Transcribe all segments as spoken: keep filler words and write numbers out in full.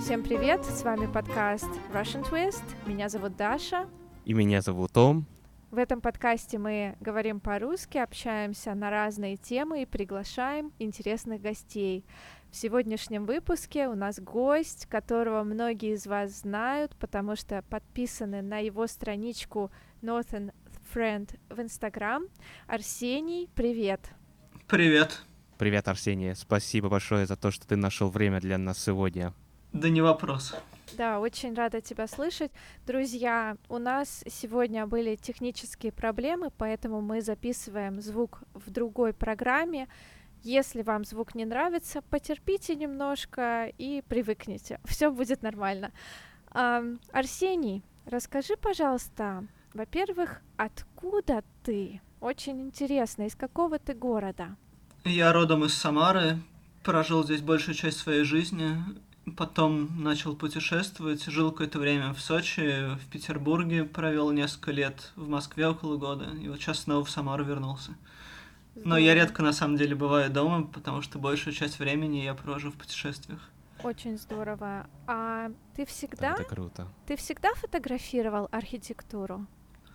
Всем привет, с вами подкаст Russian Twist, меня зовут Даша. И меня зовут Том. В этом подкасте мы говорим по-русски, общаемся на разные темы и приглашаем интересных гостей. В сегодняшнем выпуске у нас гость, которого многие из вас знают, потому что подписаны на его страничку Northern Friend в Instagram. Арсений, привет! Привет. Привет, Арсений. Спасибо большое за то, что ты нашел время для нас сегодня. Да не вопрос. Да, очень рада тебя слышать. Друзья, у нас сегодня были технические проблемы, поэтому мы записываем звук в другой программе. Если вам звук не нравится, потерпите немножко и привыкните. Все будет нормально. Ам, Арсений, расскажи, пожалуйста, во-первых, откуда ты? Очень интересно, из какого ты города? Я родом из Самары, прожил здесь большую часть своей жизни, потом начал путешествовать, жил какое-то время в Сочи, в Петербурге, провел несколько лет, в Москве около года, и вот сейчас снова в Самару вернулся. Но я Здорово. редко на самом деле бываю дома, потому что большую часть времени я провожу в путешествиях. Очень здорово. А ты всегда, Это круто. ты всегда фотографировал архитектуру?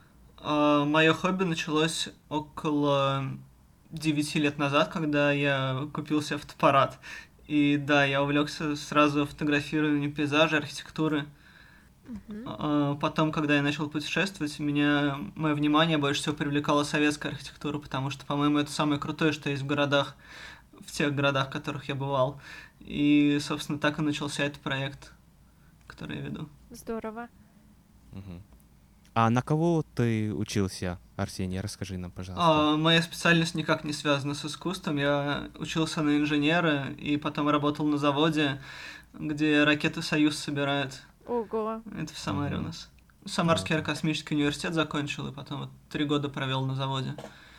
А, мое хобби началось около девяти лет назад, когда я купил себе фотоаппарат. И да, я увлекся сразу фотографированием пейзажей, архитектуры. Мгм. А, Потом, когда я начал путешествовать, меня мое внимание больше всего привлекала советская архитектура, потому что, по-моему, это самое крутое, что есть в городах, в тех городах, в которых я бывал. И, собственно, так и начался этот проект, который я веду. Здорово. Мгм. А на кого ты учился, Арсений? Расскажи нам, пожалуйста. А, моя специальность никак не связана с искусством. Я учился на инженера и потом работал на заводе, где ракеты «Союз» собирают. Ого. Это в Самаре у Мгм. нас. Самарский Круто. аэрокосмический университет закончил, и потом вот три года провел на заводе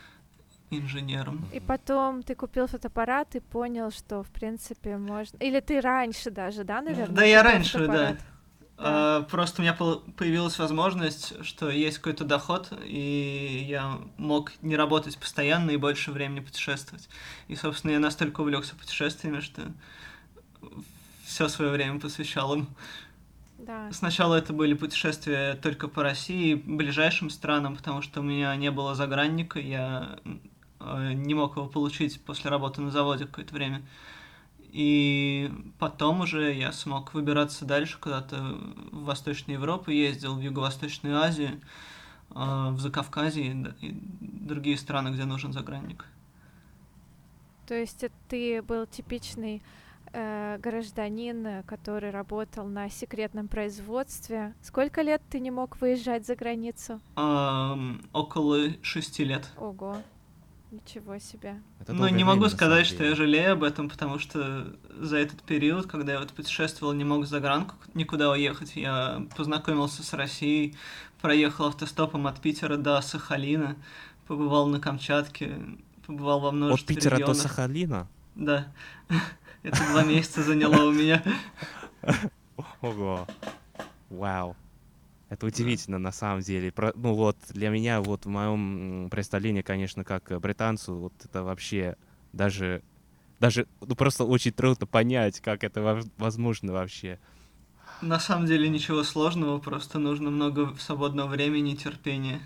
инженером. И потом ты купил фотоаппарат и понял, что, в принципе, можно... Или ты раньше даже, да, наверное? Да, я купил раньше, да. фотоаппарат? Да. А, Просто у меня пол- появилась возможность, что есть какой-то доход, и я мог не работать постоянно и больше времени путешествовать. И, собственно, я настолько увлекся путешествиями, что все свое время посвящал им. Да. Сначала это были путешествия только по России, ближайшим странам, потому что у меня не было загранника, я э, не мог его получить после работы на заводе какое-то время. И потом уже я смог выбираться дальше куда-то в Восточную Европу, ездил в Юго-Восточную Азию, э, в Закавказье и, д- и другие страны, где нужен загранник. То есть э, ты был типичный э, гражданин, э, который работал на секретном производстве. Сколько лет ты не мог выезжать за границу? Ам, около шести лет. Ого, ничего себе. Это Но долгое не могу время, на сказать, самом что я деле. жалею об этом, потому что за этот период, когда я вот путешествовал, не мог за гранку никуда уехать, я познакомился с Россией, проехал автостопом от Питера до Сахалина, побывал на Камчатке, побывал во От множестве Питера до регионов. Сахалина? Да, это два месяца заняло у меня. Ого. Вау. Это Да. удивительно на самом деле. Про- ну вот для меня, вот в моем м, представлении, конечно, как э, британцу, вот это вообще даже, даже, ну просто очень трудно понять, как это вож- возможно вообще. На самом деле ничего сложного, просто нужно много свободного времени и терпения.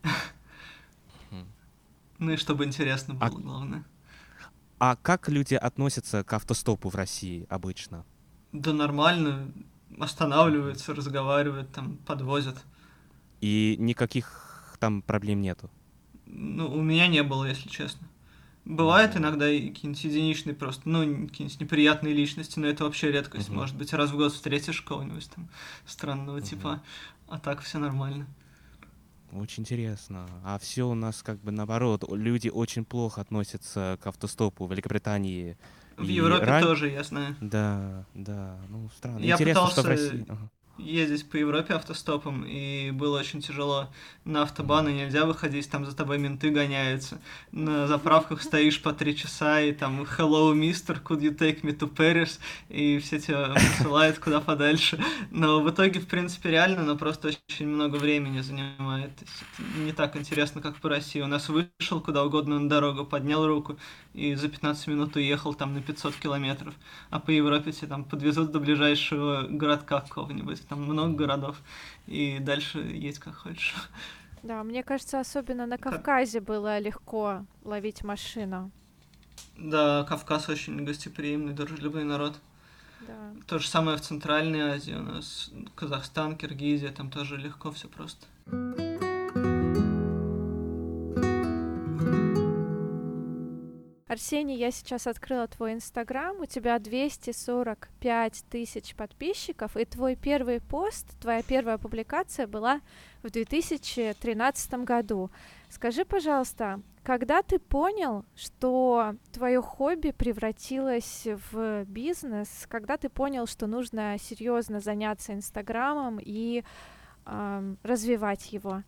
Мгм. Ну и чтобы интересно А, было, главное. а как люди относятся к автостопу в России обычно? Да нормально, Мгм. останавливаются, разговаривают, там, подвозят. И никаких там проблем нету. Ну, у меня не было, если честно. Бывают Мгм. иногда и какие-нибудь единичные просто, ну, какие-нибудь неприятные личности, но это вообще редкость. Мгм. Может быть, раз в год встретишь кого-нибудь там странного Мгм. типа, а так все нормально. Очень интересно. А все у нас как бы наоборот. О- Люди очень плохо относятся к автостопу в Великобритании. В И Европе ран... тоже, я знаю. Да, да, ну странно. Я Интересно, что в пытался, России. Ага. ездить по Европе автостопом, и было очень тяжело. На автобаны нельзя выходить, там за тобой менты гоняются. На заправках стоишь по три часа, и там «Hello, mister, could you take me to Paris?» И все тебя посылают куда подальше. Но в итоге, в принципе, реально, но просто очень много времени занимает. То есть это не так интересно, как по России. У нас вышел куда угодно на дорогу, поднял руку, и за пятнадцать минут уехал там на пятьсот километров. А по Европе тебя там подвезут до ближайшего городка какого-нибудь. Там много городов, и дальше едь как хочешь. Да, мне кажется, особенно на Как- Кавказе было легко ловить машину. Да, Кавказ очень гостеприимный, дружелюбный народ. Да. То же самое в Центральной Азии у нас. Казахстан, Киргизия, там тоже легко все просто. Арсений, я сейчас открыла твой Инстаграм, у тебя двести сорок пять тысяч подписчиков, и твой первый пост, твоя первая публикация была в две тысячи тринадцатом году. Скажи, пожалуйста, когда ты понял, что твое хобби превратилось в бизнес, когда ты понял, что нужно серьезно заняться Инстаграмом и эм, развивать его?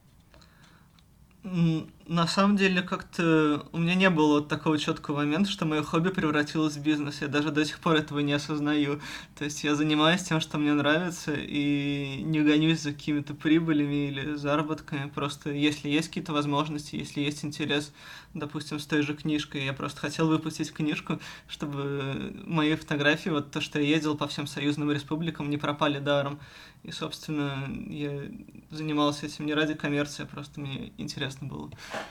М, На самом деле, как-то у меня не было вот такого четкого момента, что мое хобби превратилось в бизнес. Я даже до сих пор этого не осознаю. То есть я занимаюсь тем, что мне нравится, и не гонюсь за какими-то прибылями или заработками. Просто если есть какие-то возможности, если есть интерес, допустим, с той же книжкой. Я просто хотел выпустить книжку, чтобы мои фотографии, вот то, что я ездил по всем союзным республикам, не пропали даром. И, собственно, я занимался этим не ради коммерции, а просто мне интересно было.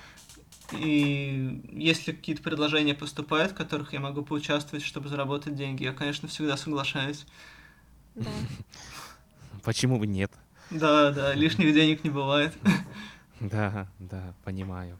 И если какие-то предложения поступают, в которых я могу поучаствовать, чтобы заработать деньги, я, конечно, всегда соглашаюсь. Да. Почему бы нет? Да, да, лишних денег не бывает. Да, да, понимаю.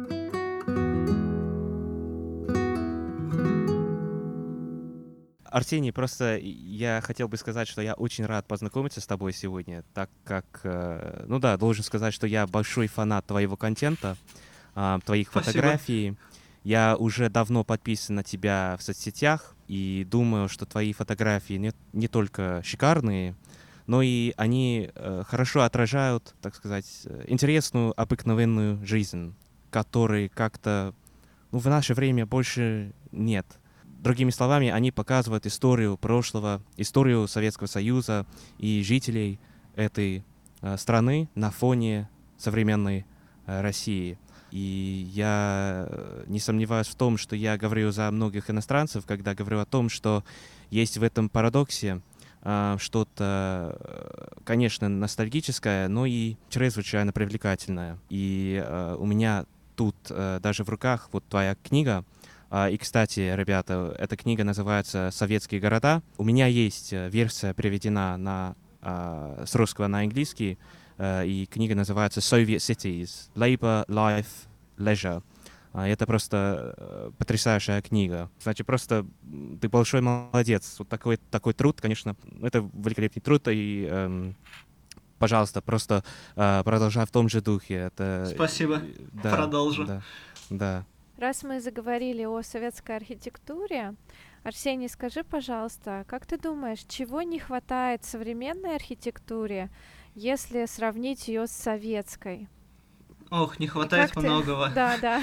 Арсений, просто я хотел бы сказать, что я очень рад познакомиться с тобой сегодня, так как, э, ну да, должен сказать, что я большой фанат твоего контента, а, твоих Спасибо. фотографий. Я уже давно подписан на тебя в соцсетях и думаю, что твои фотографии не, не только шикарные, но и они э, хорошо отражают, так сказать, э, интересную, обыкновенную жизнь, которой как-то, ну, в наше время больше нет. Другими словами, они показывают историю прошлого, историю Советского Союза и жителей этой э, страны на фоне современной э, России. И я э, не сомневаюсь в том, что я говорю за многих иностранцев, когда говорю о том, что есть в этом парадоксе э, что-то, э, конечно, ностальгическое, но и чрезвычайно привлекательное. И э, у меня тут э, даже в руках вот твоя книга. А, И, кстати, ребята, эта книга называется «Советские города». У меня есть э, версия переведена на, а, с русского на английский, э, и книга называется «Soviet Cities. Labor, Life, Leisure». А, Это просто э, потрясающая книга. Значит, просто м, ты большой молодец. Вот такой, такой труд, конечно, это великолепный труд, и эм, пожалуйста, просто э, продолжай в том же духе. Это, Спасибо. э, да, Продолжу. да, да. Раз мы заговорили о советской архитектуре, Арсений, скажи, пожалуйста, как ты думаешь, чего не хватает современной архитектуре, если сравнить ее с советской? Ох, не И хватает как ты... многого. Да, да.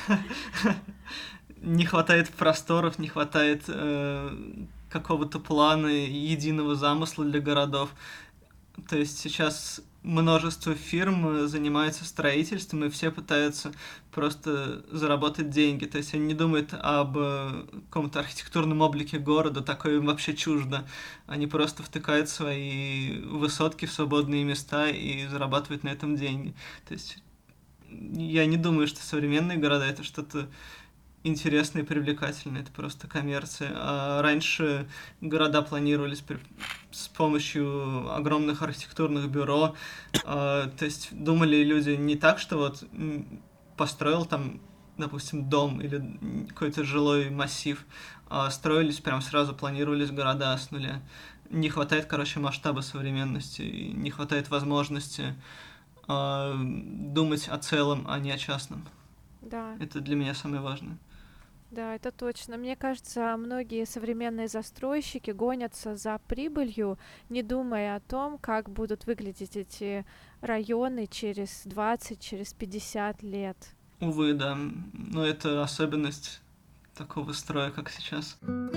Не хватает просторов, не хватает э, какого-то плана, единого замысла для городов. То есть сейчас множество фирм э, занимаются строительством, и все пытаются просто заработать деньги. То есть они не думают об э, каком-то архитектурном облике города, такое им вообще чуждо. Они просто втыкают свои высотки в свободные места и зарабатывают на этом деньги. То есть я не думаю, что современные города — это что-то интересное и привлекательное, это просто коммерция. А раньше города планировались при- с помощью огромных архитектурных бюро. А, то есть думали люди не так, что вот м, построил там, допустим, дом или м, какой-то жилой массив, а строились прям сразу, планировались города с нуля. Не хватает, короче, масштаба современности, и не хватает возможности а, думать о целом, а не о частном. Да, Это для меня самое важное. Да, это точно. Мне кажется, многие современные застройщики гонятся за прибылью, не думая о том, как будут выглядеть эти районы через двадцать, через пятьдесят лет. Увы, да. Но это особенность такого строя, как сейчас.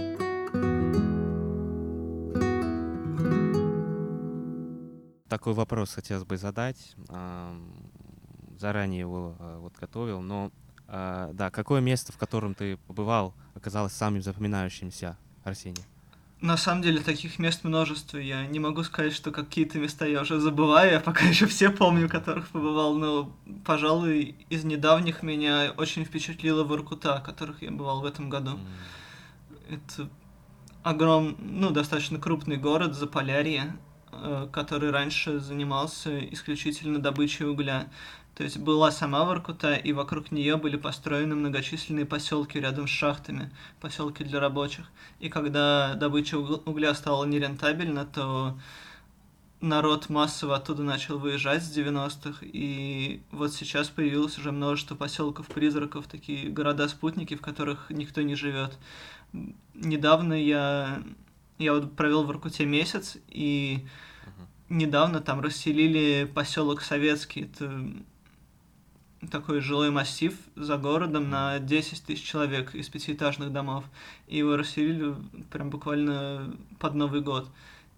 Такой вопрос хотелось бы задать. ам, Заранее его а, вот готовил, но а, да, какое место, в котором ты побывал, оказалось самым запоминающимся, Арсений? На самом деле таких мест множество. Я не могу сказать, что какие-то места я уже забываю, я пока еще все помню, которых побывал, но, пожалуй, из недавних меня очень впечатлила Воркута, которых я бывал в этом году. М, Это огром, ну, достаточно крупный город Заполярье, э, который раньше занимался исключительно добычей угля. То есть была сама Воркута, и вокруг нее были построены многочисленные поселки рядом с шахтами, поселки для рабочих. И когда добыча угл- угля стала нерентабельна, то народ массово оттуда начал выезжать с девяностых, и вот сейчас появилось уже множество поселков-призраков, такие города-спутники, в которых никто не живет. Недавно я, я вот провел в Воркуте месяц, и мгм. недавно там расселили поселок Советский. Это такой жилой массив за городом М, на десять тысяч человек из пятиэтажных домов. И его расселили прям буквально под Новый год.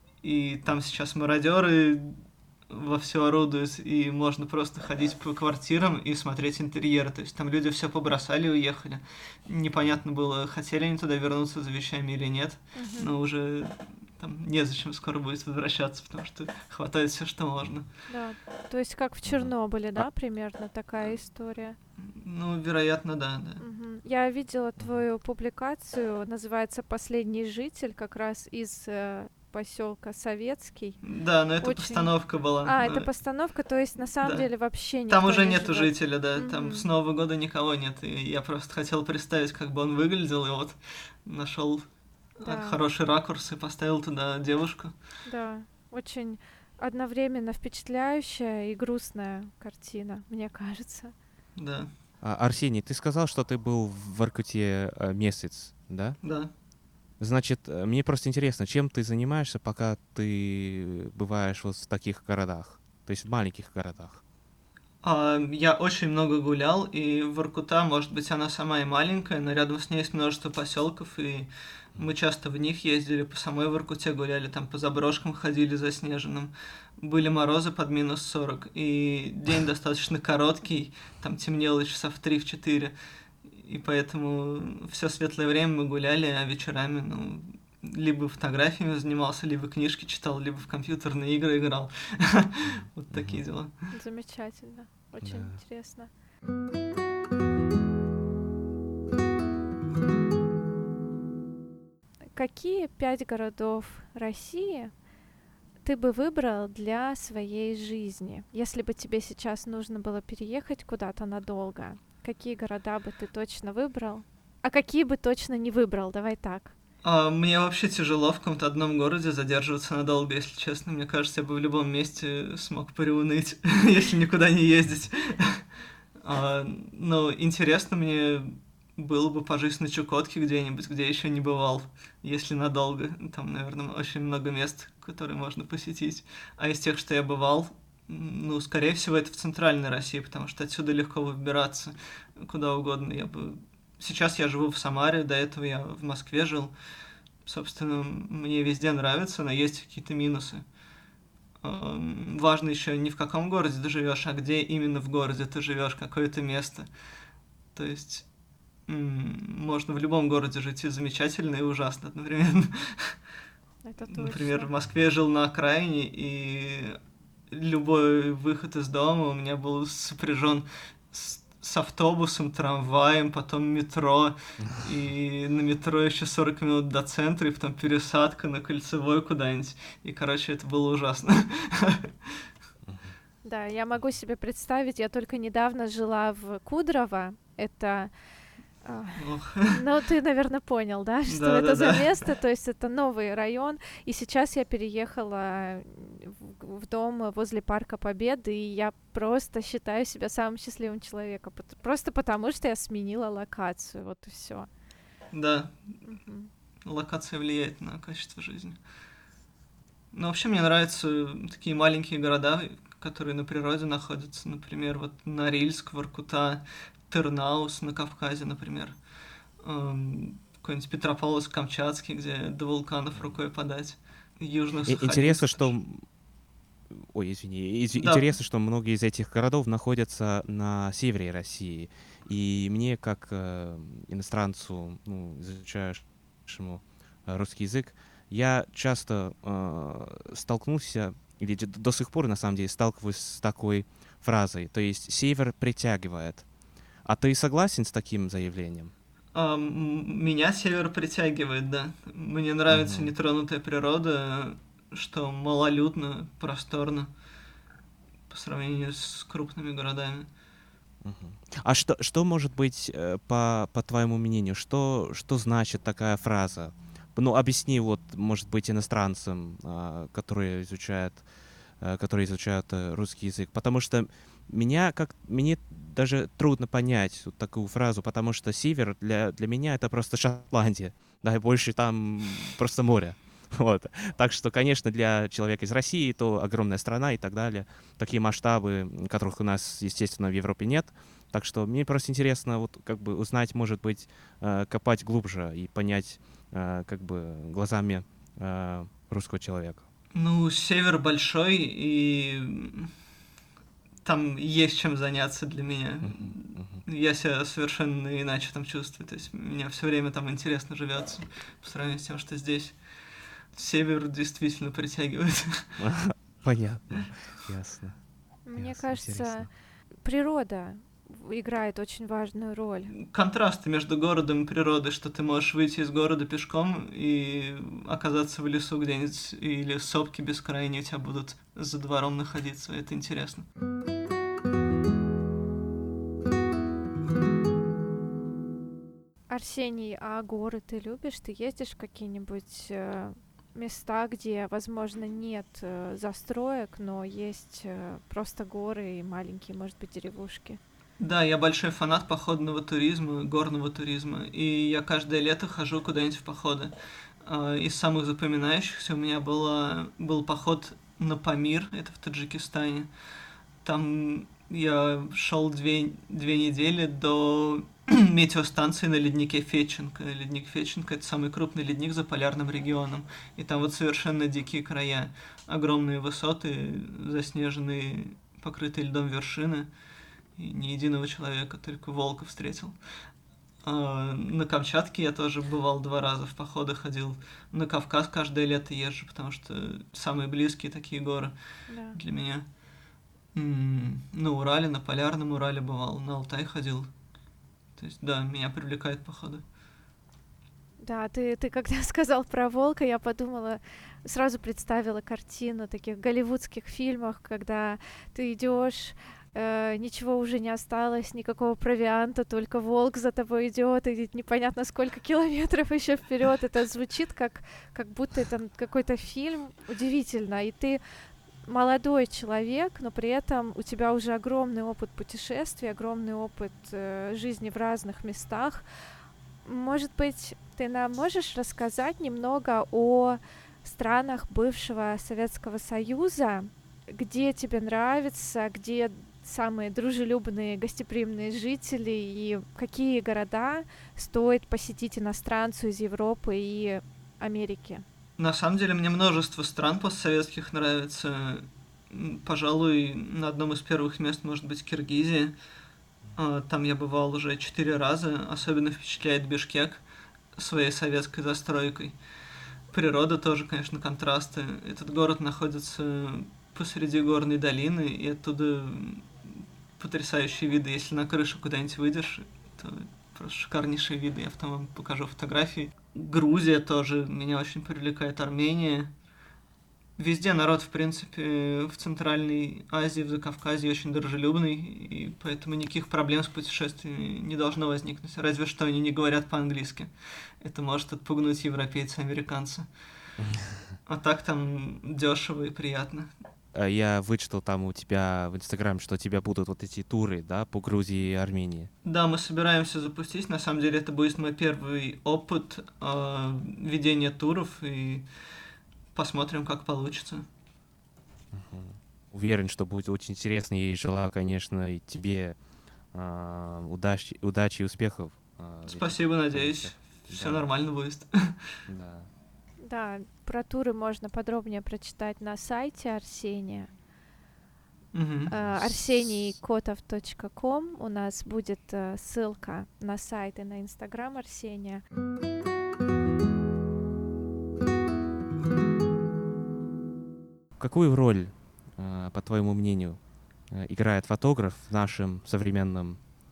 И там сейчас мародеры вовсю орудуют, и можно просто ходить по квартирам и смотреть интерьеры. То есть там люди все побросали и уехали. Непонятно было, хотели они туда вернуться за вещами или нет, Мгм. но уже там незачем скоро будет возвращаться, потому что хватает все, что можно. Да, то есть как в мгм. Чернобыле, А, да, примерно такая история. Ну, вероятно, да, да. Мгм. Я видела мгм. твою публикацию, называется «Последний житель», как раз из поселка Советский. Да, но это Очень. постановка была. А, это но- постановка, то есть на самом Да. деле вообще Там никто уже не нету живет. жителя, да. Там с Мгм. Нового года никого нет. И я просто хотел представить, как бы он выглядел, и вот нашел Да, хороший ракурс и поставил туда девушку. да, очень одновременно впечатляющая и грустная картина, мне кажется. Да, А, Арсений, ты сказал, что ты был в Воркуте э, месяц, да? да. Значит, э, мне просто интересно, чем ты занимаешься, пока ты бываешь вот в таких городах, то есть в маленьких городах? А, Я очень много гулял, и Воркута, может быть, она сама и маленькая, но рядом с ней есть множество поселков, и мы часто в них ездили, по самой Воркуте гуляли, там по заброшкам ходили заснеженным. Были морозы под минус сорок, и день достаточно короткий, там темнело часа в три-четыре, и поэтому все светлое время мы гуляли, а вечерами, ну, либо фотографиями занимался, либо книжки читал, либо в компьютерные игры играл. Мгм, Вот такие мгм. дела. Замечательно, очень Да. интересно. Какие пять городов России ты бы выбрал для своей жизни, если бы тебе сейчас нужно было переехать куда-то надолго? Какие города бы ты точно выбрал? А какие бы точно не выбрал? Давай так. А, мне вообще тяжело в каком-то одном городе задерживаться надолго, если честно. Мне кажется, я бы в любом месте смог приуныть, если никуда не ездить. А, но интересно мне было бы пожить на Чукотке где-нибудь, где еще не бывал, если надолго. Там, наверное, очень много мест, которые можно посетить. А из тех, что я бывал, м, ну, скорее всего, это в центральной России, потому что отсюда легко выбираться куда угодно. Я бы... Сейчас я живу в Самаре, до этого я в Москве жил. Собственно, мне везде нравится, но есть какие-то минусы. Эм, Важно еще не в каком городе ты живешь, а где именно в городе ты живешь, какое-то место. То есть м, можно в любом городе жить и замечательно, и ужасно одновременно. Это Например, в точно. Москве я жил на окраине, и любой выход из дома у меня был сопряжен с, с автобусом, трамваем, потом метро, и на метро еще сорок минут до центра, и потом пересадка на Кольцевой куда-нибудь. И, короче, это было ужасно. Мгм. Да, я могу себе представить, я только недавно жила в Кудрово. Это а, Ох, ну, ты, наверное, понял, да, что это за да-да-да. место, то есть это новый район, и сейчас я переехала в, в дом возле Парка Победы, и я просто считаю себя самым счастливым человеком, пот- просто потому что я сменила локацию, вот и все. Да, Мгм. локация влияет на качество жизни. Но вообще мне нравятся такие маленькие города, которые на природе находятся. Например, вот Норильск, Воркута, Тырнаус на Кавказе, например. Эм, Какой-нибудь Петропавловск-Камчатский, где до вулканов рукой подать. И- Интересно, Южно-Сахалинск что... тоже. м, Ой, извини. Из- Да, Интересно, что многие из этих городов находятся на севере России. И мне, как э, иностранцу, ну, изучающему э, русский язык, я часто э, столкнулся, или д- до сих пор, на самом деле, сталкиваюсь с такой фразой. То есть север притягивает. А ты согласен с таким заявлением? а, м, меня север притягивает, да. Мне нравится Мгм. нетронутая природа, что малолюдно, просторно по сравнению с крупными городами. Мгм. А что, что может быть, э, по, по твоему мнению, что, что значит такая фраза? Ну, объясни, вот, может быть, иностранцам, а, которые изучают, э, которые изучают э, русский язык. Потому что меня как, мне даже трудно понять вот такую фразу, потому что север для, для меня это просто Шотландия, да, и больше там просто море. Вот. Так что, конечно, для человека из России то огромная страна и так далее. Такие масштабы, м, которых у нас, естественно, в Европе нет. Так что мне просто интересно вот как бы узнать, может быть, э, копать глубже и понять э, как бы глазами э, русского человека. Ну, север большой, и там есть чем заняться для меня. Мгм, мгм. Я себя совершенно иначе там чувствую. То есть мне все время там интересно живется по сравнению с тем, что здесь. Север действительно притягивает. Понятно, ясно, Мне ясно, кажется, интересно. природа в- играет очень важную роль. Контрасты между городом и природой, что ты можешь выйти из города пешком и оказаться в лесу где-нибудь, или сопки бескрайние у тебя будут за двором находиться. Это интересно. Арсений, а горы ты любишь? Ты ездишь в какие-нибудь э, места, где, возможно, нет э, застроек, но есть э, просто горы и маленькие, может быть, деревушки? Да, я большой фанат походного туризма, горного туризма, и я каждое лето хожу куда-нибудь в походы. А, Из самых запоминающихся у меня было, был поход на Памир, это в Таджикистане. Там я шел две, две недели до метеостанции на леднике Феченко. Ледник Феченко — это самый крупный ледник за полярным регионом. И там вот совершенно дикие края. Огромные высоты, заснеженные, покрытые льдом вершины. И ни единого человека, только волка встретил. А, На Камчатке я тоже бывал два раза, в походы ходил. На Кавказ каждое лето езжу, потому что самые близкие такие горы Да. для меня. М, На Урале, на Полярном Урале бывал, на Алтай ходил. То есть, да, меня привлекают походы. Да, ты, ты когда сказал про волка, я подумала, сразу представила картину таких голливудских фильмов, когда ты идешь, э, ничего уже не осталось, никакого провианта, только волк за тобой идет, и непонятно сколько километров еще вперед. Это звучит как, как будто это какой-то фильм, удивительно. И ты молодой человек, но при этом у тебя уже огромный опыт путешествий, огромный опыт э, жизни в разных местах. Может быть, ты нам можешь рассказать немного о странах бывшего Советского Союза, где тебе нравится, где самые дружелюбные, гостеприимные жители и какие города стоит посетить иностранцу из Европы и Америки? На самом деле мне множество стран постсоветских нравится. М, Пожалуй, на одном из первых мест может быть Киргизия. А, Там я бывал уже четыре раза. Особенно впечатляет Бишкек своей советской застройкой. Природа тоже, конечно, контрасты. Этот город находится посреди горной долины, и оттуда потрясающие виды. Если на крышу куда-нибудь выйдешь, то просто шикарнейшие виды. Я потом вам покажу фотографии. Грузия тоже меня очень привлекает, Армения. Везде народ, в принципе, в Центральной Азии, в Закавказье очень дружелюбный, и поэтому никаких проблем с путешествиями не должно возникнуть. Разве что они не говорят по-английски. Это может отпугнуть европейца, американца. А так там дешево и приятно. э, я вычитал там у тебя в Инстаграме, что у тебя будут вот эти туры, да, по Грузии и Армении. Да, мы собираемся запустить. На самом деле это будет мой первый опыт э, ведения туров, и посмотрим, как получится. Мгм. Уверен, что будет очень интересно, и желаю, конечно, и тебе а, удачи, удачи и успехов. а, в этих Спасибо, надеюсь, поездках. все Да, нормально будет. да. Да, про туры можно подробнее прочитать на сайте Арсения. Мгм. Э, арсений С- котов точка ком. У нас будет э, ссылка на сайт и на Инстаграм Арсения. Какую роль, а, по твоему мнению, э, играет фотограф в нашем современном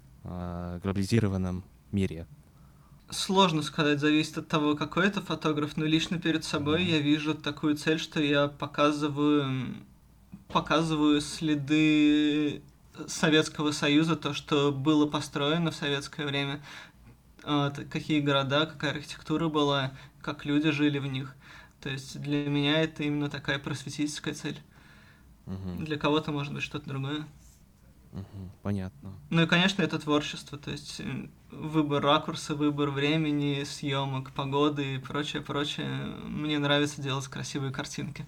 а, глобализированном мире? Сложно сказать, зависит от того, какой это фотограф, но лично перед собой Мгм. я вижу такую цель, что я показываю, м, показываю следы Советского Союза, то, что было построено в советское время, а, т- какие города, какая архитектура была, как люди жили в них. То есть для меня это именно такая просветительская цель. Мгм. Для кого-то может быть что-то другое. Мгм. Понятно. Ну и, конечно, это творчество, то есть э, выбор ракурса, выбор времени, съемок, погоды и прочее, прочее. Мне нравится делать красивые картинки.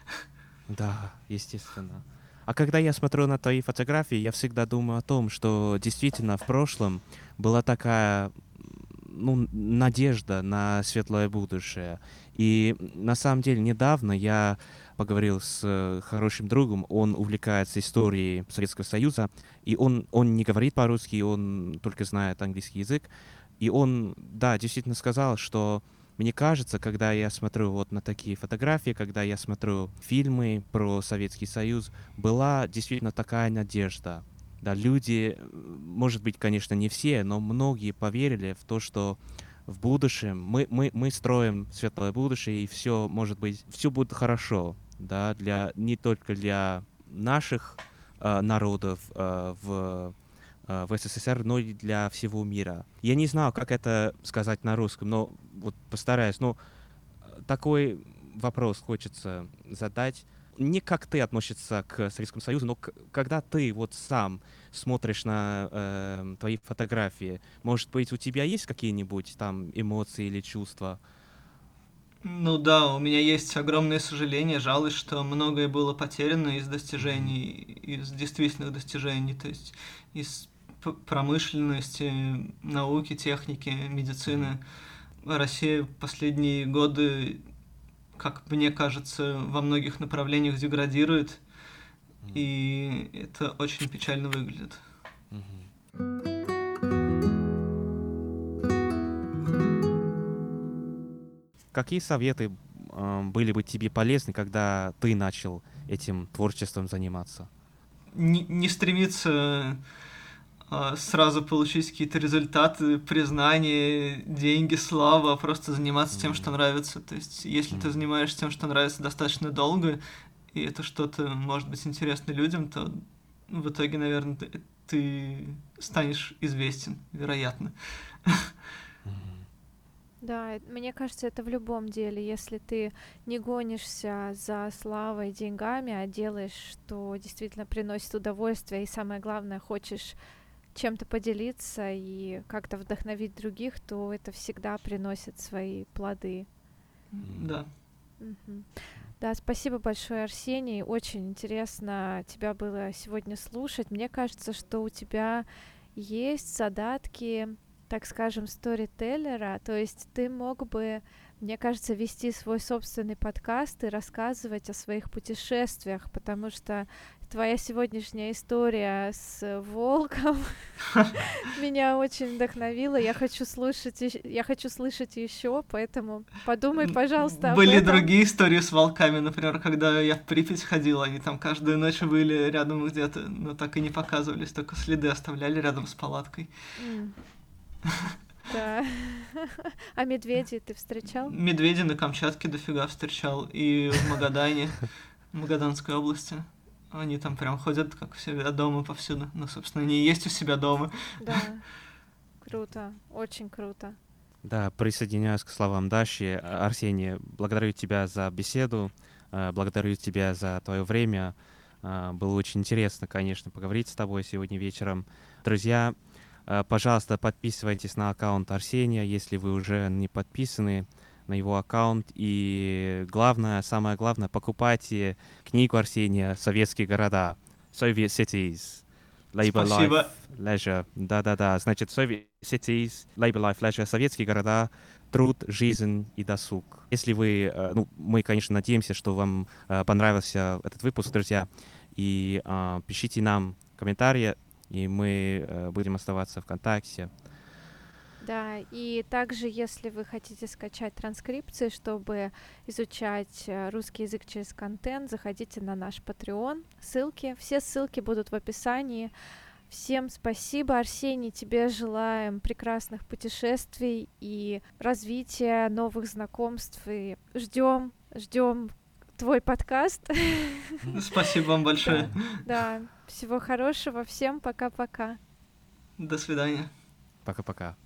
Да, естественно. А когда я смотрю на твои фотографии, я всегда думаю о том, что действительно в прошлом была такая, м, ну, надежда на светлое будущее. И м, на самом деле недавно я поговорил с э, хорошим другом, он увлекается историей Советского Союза, и он, он не говорит по-русски, он только знает английский язык. И он, да, действительно сказал, что мне кажется, когда я смотрю вот на такие фотографии, когда я смотрю фильмы про Советский Союз, была действительно такая надежда. Да, люди, э, может быть, конечно, не все, но многие поверили в то, что в будущем мы, мы, мы строим светлое будущее, и все, может быть, все будет хорошо, да, для, не только для наших э, народов э, в э, в СССР, но и для всего мира. Я не знаю, как это сказать на русском, но вот постараюсь. Ну, э, такой вопрос хочется задать. Не как ты относишься к Советскому Союзу, но к- когда ты вот сам смотришь на э, твои фотографии, может быть, у тебя есть какие-нибудь там эмоции или чувства? Ну да, у меня есть огромное сожаление, жалость, что многое было потеряно из Мгм. достижений, из действительных достижений, то есть из п- промышленности, науки, техники, Мгм. медицины. Россия в последние годы, как мне кажется, во многих направлениях деградирует, Мгм. и это очень печально выглядит. Мгм. Какие советы ам, были бы тебе полезны, когда ты начал этим творчеством заниматься? Не, не стремиться а, сразу получить какие-то результаты, признание, деньги, слава, а просто заниматься тем, что М, нравится. То есть, если ты м, занимаешься тем, что нравится достаточно долго, и это что-то может быть интересно людям, то в итоге, наверное, ты, ты станешь известен, вероятно. мгм, Да, э, мне кажется, это в любом деле. Если ты не гонишься за славой, деньгами, а делаешь, что действительно приносит удовольствие, и самое главное, хочешь чем-то поделиться и как-то вдохновить других, то это всегда приносит свои плоды. м. Да. Мгм. Да, спасибо большое, Арсений. Очень интересно тебя было сегодня слушать. Мне кажется, что у тебя есть задатки, так скажем, сторителлера. То есть ты мог бы, мне кажется, вести свой собственный подкаст и рассказывать о своих путешествиях, потому что твоя сегодняшняя история с волком меня очень вдохновила. Я хочу слушать, ещ- я хочу слышать еще, поэтому подумай, М, пожалуйста, об Были этом. другие истории с волками, например, когда я в Припять ходил, они там каждую ночь были рядом где-то, но так и не показывались, только следы оставляли рядом с палаткой. М, да. А медведей ты встречал? Медведей на Камчатке дофига встречал, и в Магадане, в Магаданской области. Они там прям ходят, как у себя дома повсюду. Ну, собственно, они и есть у себя дома. Да, круто, очень круто. Да, присоединяюсь к словам Даши. А, Арсений, благодарю тебя за беседу, э, благодарю тебя за твое время. А, Было очень интересно, конечно, поговорить с тобой сегодня вечером. Друзья, а, пожалуйста, подписывайтесь на аккаунт Арсения, если вы уже не подписаны на его аккаунт. И главное, самое главное, покупайте книгу Арсения «Советские города». Soviet Cities, Labor Life, Спасибо. Leisure. Да-да-да, значит, Soviet Cities, Labor Life, Leisure, советские города, труд, жизнь и досуг. Если вы, э, ну, мы, конечно, надеемся, что вам э, понравился этот выпуск, друзья, и э, пишите нам комментарии, и мы э, будем оставаться в контакте. Да, и также, если вы хотите скачать транскрипции, чтобы изучать э, русский язык через контент, заходите на наш Patreon. Ссылки, все ссылки будут в описании. Всем спасибо, Арсений, тебе желаем прекрасных путешествий и развития новых знакомств. И ждем, ждем твой подкаст. Спасибо вам большое. Да, всего хорошего, всем пока-пока. До свидания. Пока-пока.